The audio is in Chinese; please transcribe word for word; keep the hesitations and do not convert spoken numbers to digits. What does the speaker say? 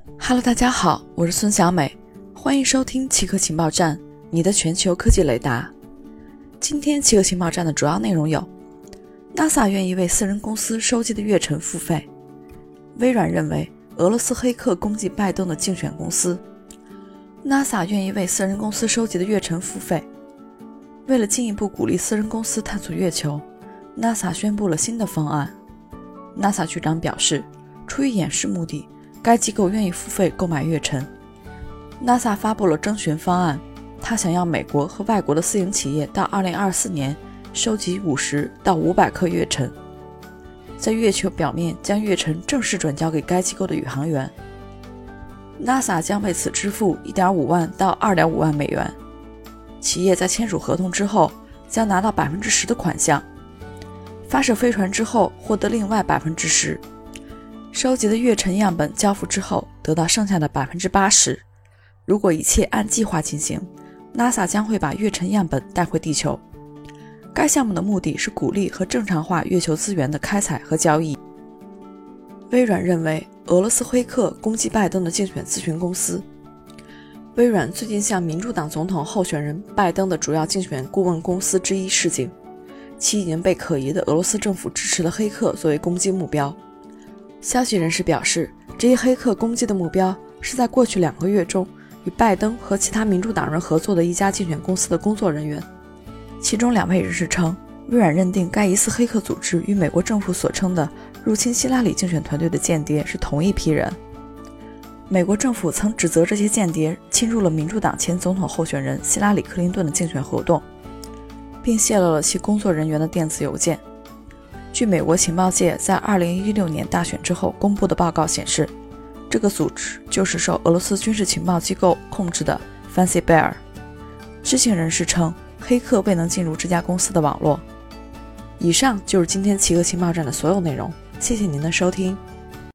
Hello， 大家好，我是孙小美，欢迎收听奇科情报站，你的全球科技雷达。今天奇科情报站的主要内容有 NASA 愿意为私人公司收集的月程付费，微软认为俄罗斯黑客攻击拜登的竞选公司， NASA 愿意为私人公司收集的月程付费。为了进一步鼓励私人公司探索月球， NASA 宣布了新的方案。 NASA 局长表示，出于掩饰目的，该机构愿意付费购买月程。 NASA 发布了征询方案，他想要美国和外国的私营企业到二零二四年收集五十到五百颗月程，在月球表面将月程正式转交给该机构的宇航员。 NASA 将为此支付 一点五万到二点五万美元，企业在签署合同之后将拿到 百分之十 的款项，发射飞船之后获得另外 百分之十， 收集的月程样本交付之后得到剩下的 百分之八十。 如果一切按计划进行， NASA 将会把月程样本带回地球。该项目的目的是鼓励和正常化月球资源的开采和交易。微软认为俄罗斯黑客攻击拜登的竞选咨询公司。微软最近向民主党总统候选人拜登的主要竞选顾问公司之一示警，其已经被可疑的俄罗斯政府支持的黑客作为攻击目标。消息人士表示，这一黑客攻击的目标是在过去两个月中与拜登和其他民主党人合作的一家竞选公司的工作人员。其中两位人士称，微软认定该疑似黑客组织与美国政府所称的入侵希拉里竞选团队的间谍是同一批人。美国政府曾指责这些间谍侵入了民主党前总统候选人希拉里·克林顿的竞选活动，并泄露了其工作人员的电子邮件。据美国情报界在二零一六年大选之后公布的报告显示，这个组织就是受俄罗斯军事情报机构控制的 Fancy Bear。 知情人士称，黑客未能进入这家公司的网络。以上就是今天奇科情报站的所有内容，谢谢您的收听。